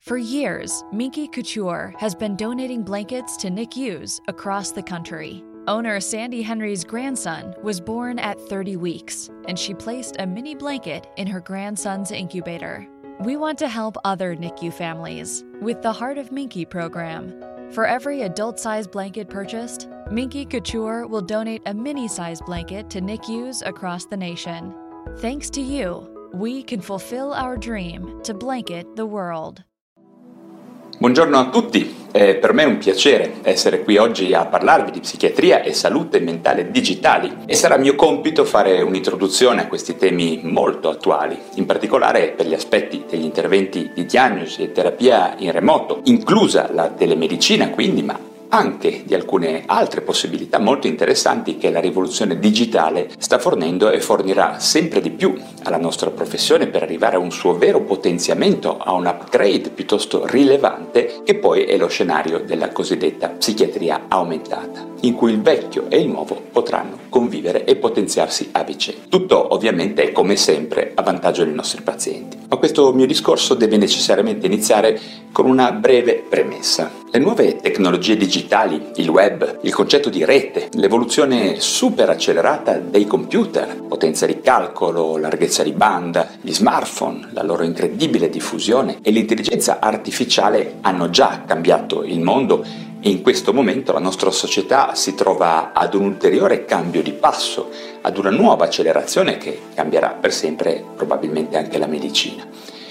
For years, Minky Couture has been donating blankets to NICUs across the country. Owner Sandy Henry's grandson was born at 30 weeks, and she placed a mini blanket in her grandson's incubator. We want to help other NICU families with the Heart of Minky program. For every adult-sized blanket purchased, Minky Couture will donate a mini-sized blanket to NICUs across the nation. Thanks to you, we can fulfill our dream to blanket the world. Buongiorno a tutti, per me è un piacere essere qui oggi a parlarvi di psichiatria e salute mentale digitali e sarà mio compito fare un'introduzione a questi temi molto attuali, in particolare per gli aspetti degli interventi di diagnosi e terapia in remoto, inclusa la telemedicina quindi, ma anche di alcune altre possibilità molto interessanti che la rivoluzione digitale sta fornendo e fornirà sempre di più alla nostra professione per arrivare a un suo vero potenziamento, a un upgrade piuttosto rilevante che poi è lo scenario della cosiddetta psichiatria aumentata, in cui il vecchio e il nuovo potranno convivere e potenziarsi a vicenda. Tutto ovviamente è come sempre a vantaggio dei nostri pazienti. Ma questo mio discorso deve necessariamente iniziare con una breve premessa. Le nuove tecnologie digitali, il web, il concetto di rete, l'evoluzione super accelerata dei computer, potenza di calcolo, larghezza di banda, gli smartphone, la loro incredibile diffusione e l'intelligenza artificiale hanno già cambiato il mondo e in questo momento la nostra società si trova ad un ulteriore cambio di passo, ad una nuova accelerazione che cambierà per sempre probabilmente anche la medicina.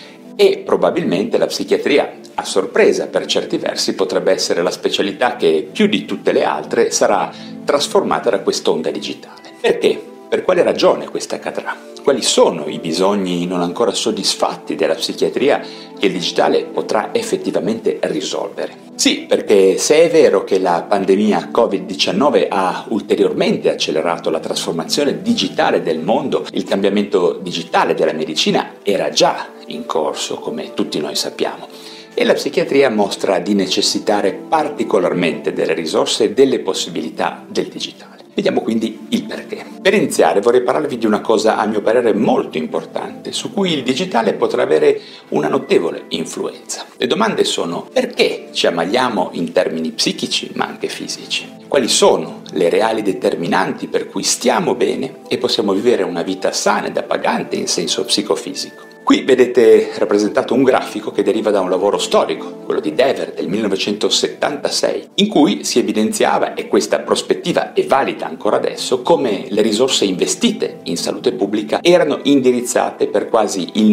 E probabilmente la psichiatria, a sorpresa per certi versi, potrebbe essere la specialità che più di tutte le altre sarà trasformata da quest'onda digitale. Perché? Per quale ragione questa accadrà? Quali sono i bisogni non ancora soddisfatti della psichiatria che il digitale potrà effettivamente risolvere? Sì, perché se è vero che la pandemia Covid-19 ha ulteriormente accelerato la trasformazione digitale del mondo, il cambiamento digitale della medicina era già in corso, come tutti noi sappiamo. E la psichiatria mostra di necessitare particolarmente delle risorse e delle possibilità del digitale. Vediamo quindi il perché. Per iniziare vorrei parlarvi di una cosa a mio parere molto importante, su cui il digitale potrà avere una notevole influenza. Le domande sono: perché ci ammaliamo in termini psichici ma anche fisici? Quali sono le reali determinanti per cui stiamo bene e possiamo vivere una vita sana ed appagante in senso psicofisico? Qui vedete rappresentato un grafico che deriva da un lavoro storico, quello di Dever del 1976, in cui si evidenziava, e questa prospettiva è valida ancora adesso, come le risorse investite in salute pubblica erano indirizzate per quasi il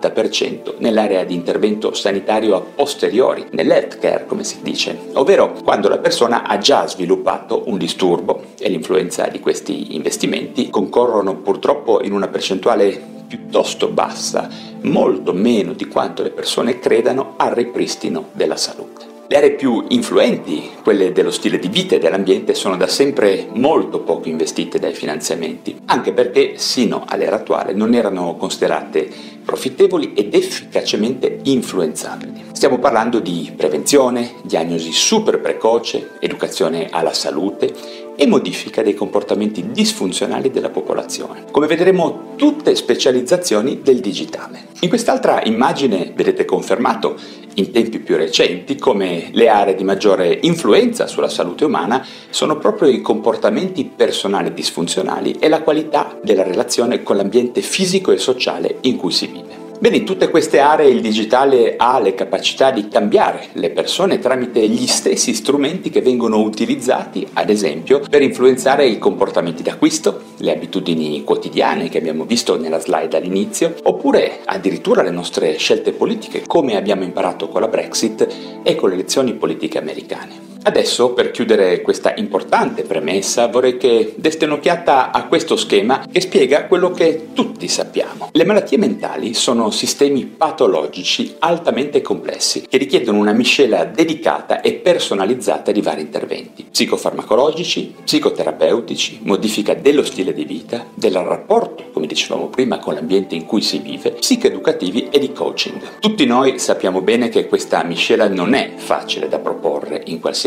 90% nell'area di intervento sanitario a posteriori, nell'healthcare come si dice, ovvero quando la persona ha già sviluppato un disturbo e l'influenza di questi investimenti concorrono purtroppo in una percentuale piuttosto bassa, molto meno di quanto le persone credano, al ripristino della salute. Le aree più influenti, quelle dello stile di vita e dell'ambiente, sono da sempre molto poco investite dai finanziamenti, anche perché sino all'era attuale non erano considerate profittevoli ed efficacemente influenzabili. Stiamo parlando di prevenzione, diagnosi super precoce, educazione alla salute e modifica dei comportamenti disfunzionali della popolazione. Come vedremo, tutte specializzazioni del digitale. In quest'altra immagine vedete confermato in tempi più recenti come le aree di maggiore influenza sulla salute umana sono proprio i comportamenti personali disfunzionali e la qualità della relazione con l'ambiente fisico e sociale in cui si vive. Bene, in tutte queste aree il digitale ha le capacità di cambiare le persone tramite gli stessi strumenti che vengono utilizzati, ad esempio, per influenzare i comportamenti d'acquisto, le abitudini quotidiane che abbiamo visto nella slide all'inizio, oppure addirittura le nostre scelte politiche, come abbiamo imparato con la Brexit e con le elezioni politiche americane. Adesso, per chiudere questa importante premessa, vorrei che deste un'occhiata a questo schema che spiega quello che tutti sappiamo. Le malattie mentali sono sistemi patologici altamente complessi che richiedono una miscela dedicata e personalizzata di vari interventi: psicofarmacologici, psicoterapeutici, modifica dello stile di vita, del rapporto, come dicevamo prima, con l'ambiente in cui si vive, psicoeducativi e di coaching. Tutti noi sappiamo bene che questa miscela non è facile da proporre in qualsiasi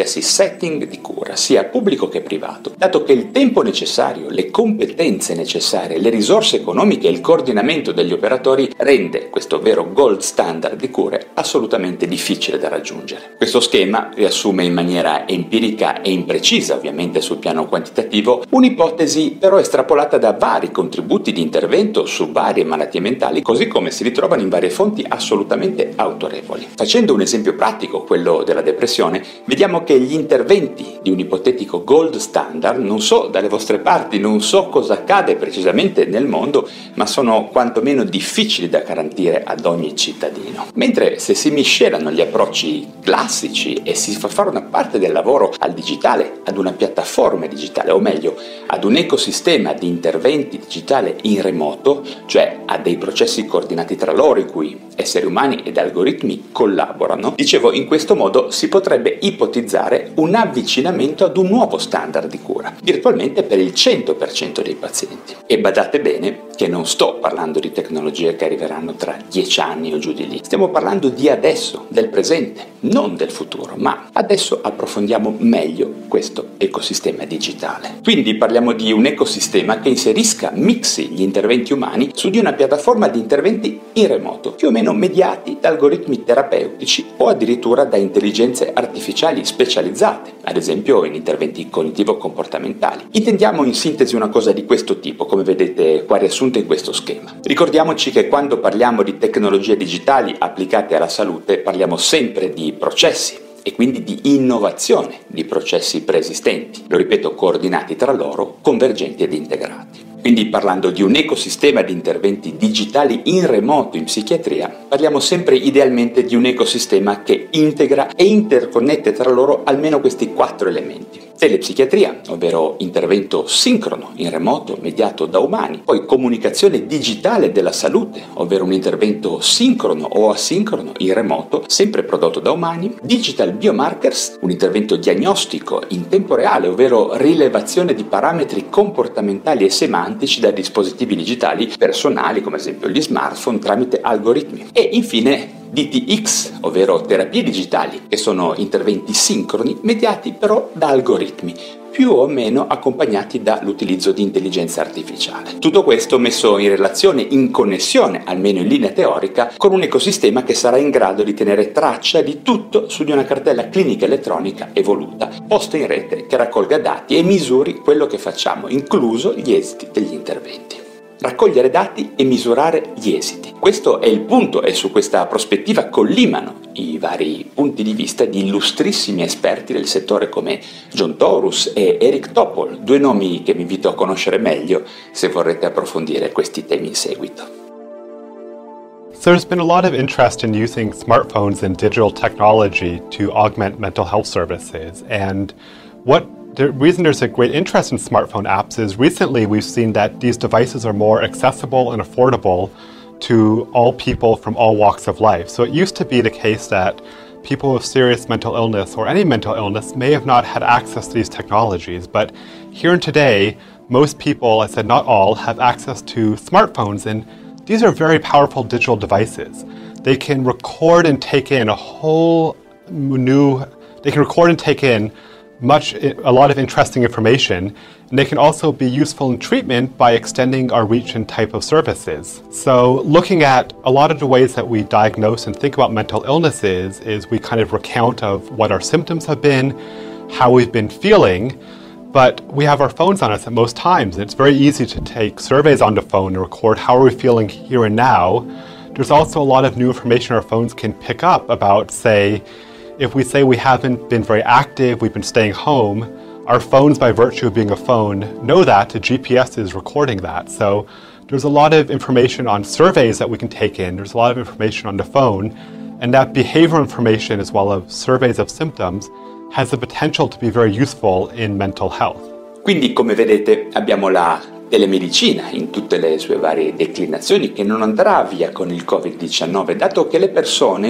diversi setting di cura, sia pubblico che privato, dato che il tempo necessario, le competenze necessarie, le risorse economiche e il coordinamento degli operatori rende questo vero gold standard di cure assolutamente difficile da raggiungere. Questo schema riassume in maniera empirica e imprecisa, ovviamente sul piano quantitativo, un'ipotesi però estrapolata da vari contributi di intervento su varie malattie mentali, così come si ritrovano in varie fonti assolutamente autorevoli. Facendo un esempio pratico, quello della depressione, vediamo che gli interventi di un ipotetico gold standard, non so dalle vostre parti, non so cosa accade precisamente nel mondo, ma sono quantomeno difficili da garantire ad ogni cittadino. Mentre se si miscelano gli approcci classici e si fa fare una parte del lavoro al digitale, ad una piattaforma digitale, o meglio, ad un ecosistema di interventi digitale in remoto, cioè a dei processi coordinati tra loro in cui esseri umani ed algoritmi collaborano, dicevo, in questo modo si potrebbe ipotizzare un avvicinamento ad un nuovo standard di cura, virtualmente per il 100% dei pazienti. E badate bene che non sto parlando di tecnologie che arriveranno tra 10 anni o giù di lì, stiamo parlando di adesso, del presente, non del futuro, ma adesso approfondiamo meglio questo ecosistema digitale. Quindi parliamo di un ecosistema che inserisca, mixi gli interventi umani su di una piattaforma di interventi in remoto, più o meno mediati da algoritmi terapeutici o addirittura da intelligenze artificiali specializzate, ad esempio in interventi cognitivo-comportamentali. Intendiamo in sintesi una cosa di questo tipo, come vedete qua riassunto in questo schema. Ricordiamoci che quando parliamo di tecnologie digitali applicate alla salute parliamo sempre di processi e quindi di innovazione di processi preesistenti, lo ripeto, coordinati tra loro, convergenti ed integrati. Quindi parlando di un ecosistema di interventi digitali in remoto in psichiatria, parliamo sempre idealmente di un ecosistema che integra e interconnette tra loro almeno questi 4 elementi. Telepsichiatria, ovvero intervento sincrono in remoto mediato da umani, poi comunicazione digitale della salute, ovvero un intervento sincrono o asincrono in remoto, sempre prodotto da umani, digital biomarkers, un intervento diagnostico in tempo reale, ovvero rilevazione di parametri comportamentali e semantici da dispositivi digitali personali, come ad esempio gli smartphone, tramite algoritmi. E infine DTX, ovvero terapie digitali, che sono interventi sincroni mediati però da algoritmi, più o meno accompagnati dall'utilizzo di intelligenza artificiale. Tutto questo messo in relazione, in connessione, almeno in linea teorica, con un ecosistema che sarà in grado di tenere traccia di tutto su di una cartella clinica elettronica evoluta, posta in rete, che raccolga dati e misuri quello che facciamo, incluso gli esiti degli interventi. Raccogliere dati e misurare gli esiti. Questo è il punto e su questa prospettiva collimano i vari punti di vista di illustrissimi esperti del settore come John Torus e Eric Topol, 2 nomi che vi invito a conoscere meglio se vorrete approfondire questi temi in seguito. So there's been a lot of interest in using smartphones and digital technology to augment mental health services, and the reason there's a great interest in smartphone apps is recently we've seen that these devices are more accessible and affordable to all people from all walks of life. So it used to be the case that people with serious mental illness or any mental illness may have not had access to these technologies, but here and today, most people, I said not all, have access to smartphones, and these are very powerful digital devices. They can record and take in a lot of interesting information, and they can also be useful in treatment by extending our reach and type of services. So looking at a lot of the ways that we diagnose and think about mental illnesses is we kind of recount of what our symptoms have been, how we've been feeling, but we have our phones on us at most times, and it's very easy to take surveys on the phone and record how are we feeling here and now. There's also a lot of new information our phones can pick up about, say, if we say we haven't been very active, we've been staying home, our phones, by virtue of being a phone, know that. The GPS is recording that. So there's a lot of information on surveys that we can take in. There's a lot of information on the phone. And that behavioral information, as well as surveys of symptoms, has the potential to be very useful in mental health. Quindi, come vedete, abbiamo la telemedicina in tutte le sue varie declinazioni che non andrà via con il Covid-19, dato che le persone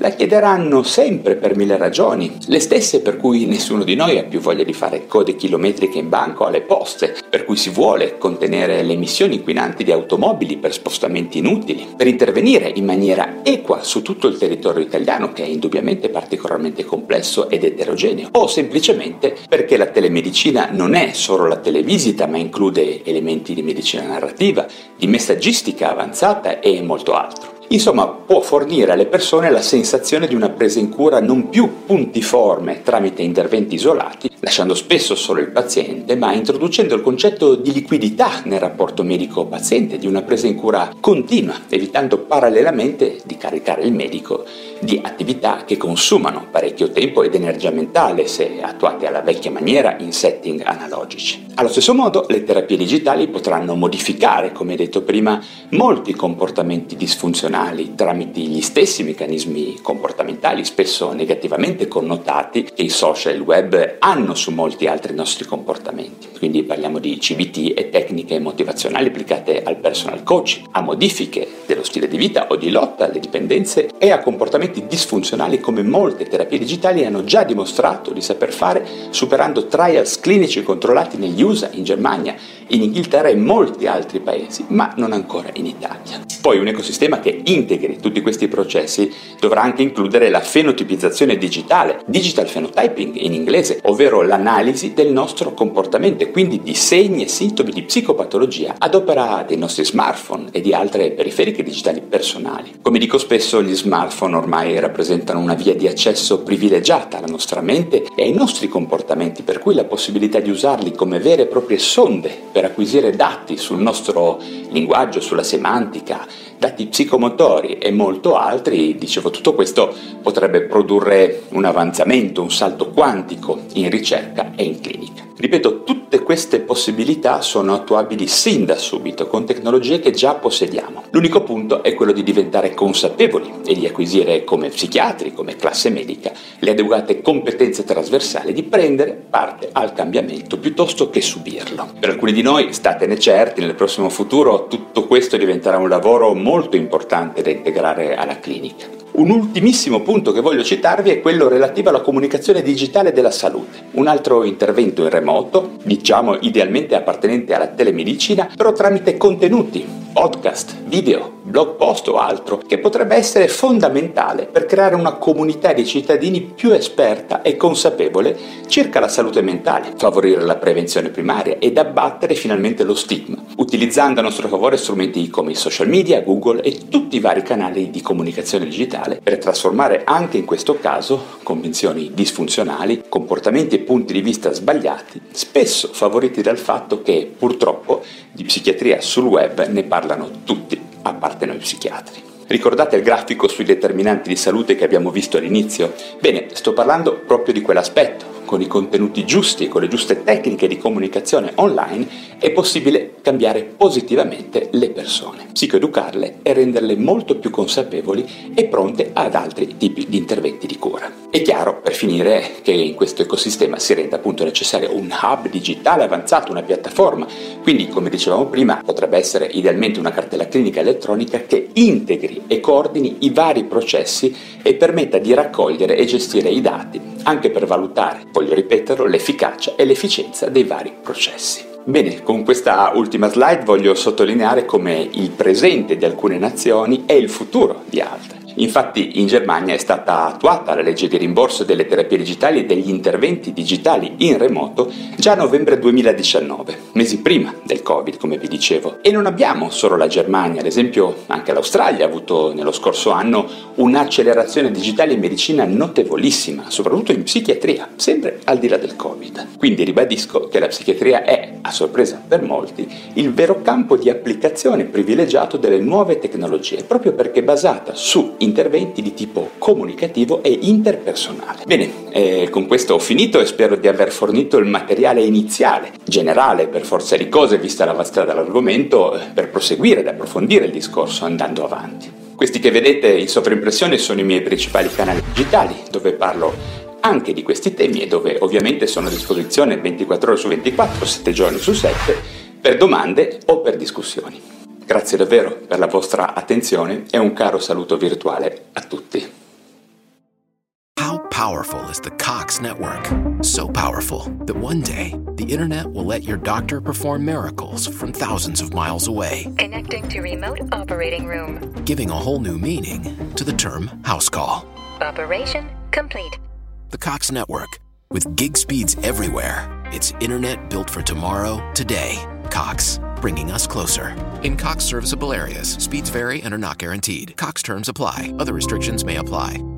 La chiederanno sempre per 1000 ragioni, le stesse per cui nessuno di noi ha più voglia di fare code chilometriche in banco alle poste, per cui si vuole contenere le emissioni inquinanti di automobili per spostamenti inutili, per intervenire in maniera equa su tutto il territorio italiano, che è indubbiamente particolarmente complesso ed eterogeneo, o semplicemente perché la telemedicina non è solo la televisita, ma include elementi di medicina narrativa, di messaggistica avanzata e molto altro. Insomma, può fornire alle persone la sensazione di una presa in cura non più puntiforme tramite interventi isolati, lasciando spesso solo il paziente, ma introducendo il concetto di liquidità nel rapporto medico-paziente, di una presa in cura continua, evitando parallelamente di caricare il medico di attività che consumano parecchio tempo ed energia mentale se attuate alla vecchia maniera in setting analogici. Allo stesso modo, le terapie digitali potranno modificare, come detto prima, molti comportamenti disfunzionali tramite gli stessi meccanismi comportamentali, spesso negativamente connotati, che i social e il web hanno su molti altri nostri comportamenti. Quindi parliamo di CBT e tecniche motivazionali applicate al personal coaching, a modifiche dello stile di vita o di lotta alle dipendenze e a comportamenti disfunzionali come molte terapie digitali hanno già dimostrato di saper fare, superando trials clinici controllati negli USA, in Germania, in Inghilterra e molti altri paesi, ma non ancora in Italia. Poi un ecosistema che integri tutti questi processi dovrà anche includere la fenotipizzazione digitale, digital phenotyping in inglese, ovvero l'analisi del nostro comportamento e quindi di segni e sintomi di psicopatologia ad opera dei nostri smartphone e di altre periferiche digitali personali. Come dico spesso, gli smartphone ormai rappresentano una via di accesso privilegiata alla nostra mente e ai nostri comportamenti, per cui la possibilità di usarli come vere e proprie sonde per acquisire dati sul nostro linguaggio, sulla semantica, dati psicomotori e molto altri, dicevo, tutto questo potrebbe produrre un avanzamento, un salto quantico in ricerca e in clinica. Ripeto, tutte queste possibilità sono attuabili sin da subito con tecnologie che già possediamo. L'unico punto è quello di diventare consapevoli e di acquisire come psichiatri, come classe medica, le adeguate competenze trasversali di prendere parte al cambiamento piuttosto che subirlo. Per alcuni di noi, statene certi, nel prossimo futuro tutto questo diventerà un lavoro molto importante da integrare alla clinica. Un ultimissimo punto che voglio citarvi è quello relativo alla comunicazione digitale della salute. Un altro intervento in remoto, diciamo idealmente appartenente alla telemedicina, però tramite contenuti, podcast, video, blog post o altro, che potrebbe essere fondamentale per creare una comunità di cittadini più esperta e consapevole circa la salute mentale, favorire la prevenzione primaria ed abbattere finalmente lo stigma, utilizzando a nostro favore strumenti come i social media, Google e tutti i vari canali di comunicazione digitale per trasformare anche in questo caso convinzioni disfunzionali, comportamenti e punti di vista sbagliati, spesso favoriti dal fatto che purtroppo di psichiatria sul web ne parlano tutti, a parte noi psichiatri. Ricordate il grafico sui determinanti di salute che abbiamo visto all'inizio? Bene, sto parlando proprio di quell'aspetto. Con i contenuti giusti e con le giuste tecniche di comunicazione online è possibile cambiare positivamente le persone, psicoeducarle e renderle molto più consapevoli e pronte ad altri tipi di interventi di cura. È chiaro, per finire, che in questo ecosistema si rende appunto necessario un hub digitale avanzato, una piattaforma. Quindi, come dicevamo prima, potrebbe essere idealmente una cartella clinica elettronica che integri e coordini i vari processi e permetta di raccogliere e gestire i dati, anche per valutare, voglio ripeterlo, l'efficacia e l'efficienza dei vari processi. Bene, con questa ultima slide voglio sottolineare come il presente di alcune nazioni è il futuro di altre. Infatti in Germania è stata attuata la legge di rimborso delle terapie digitali e degli interventi digitali in remoto già a novembre 2019, mesi prima del Covid, come vi dicevo. E non abbiamo solo la Germania, ad esempio anche l'Australia ha avuto nello scorso anno un'accelerazione digitale in medicina notevolissima, soprattutto in psichiatria, sempre al di là del Covid. Quindi ribadisco che la psichiatria è, a sorpresa per molti, il vero campo di applicazione privilegiato delle nuove tecnologie, proprio perché è basata su interventi di tipo comunicativo e interpersonale. Bene, con questo ho finito e spero di aver fornito il materiale iniziale, generale per forza di cose, vista la vastità dell'argomento, per proseguire ed approfondire il discorso andando avanti. Questi che vedete in sovraimpressione sono i miei principali canali digitali, dove parlo anche di questi temi e dove ovviamente sono a disposizione 24 ore su 24, 7 giorni su 7, per domande o per discussioni. Grazie davvero per la vostra attenzione e un caro saluto virtuale a tutti. powerful is the Cox Network. So powerful that one day, the internet will let your doctor perform miracles from thousands of miles away. Connecting to remote operating room. Giving a whole new meaning to the term house call. Operation complete. The Cox Network. With gig speeds everywhere. It's internet built for tomorrow, today. Cox, bringing us closer. In Cox serviceable areas, speeds vary and are not guaranteed. Cox terms apply. Other restrictions may apply.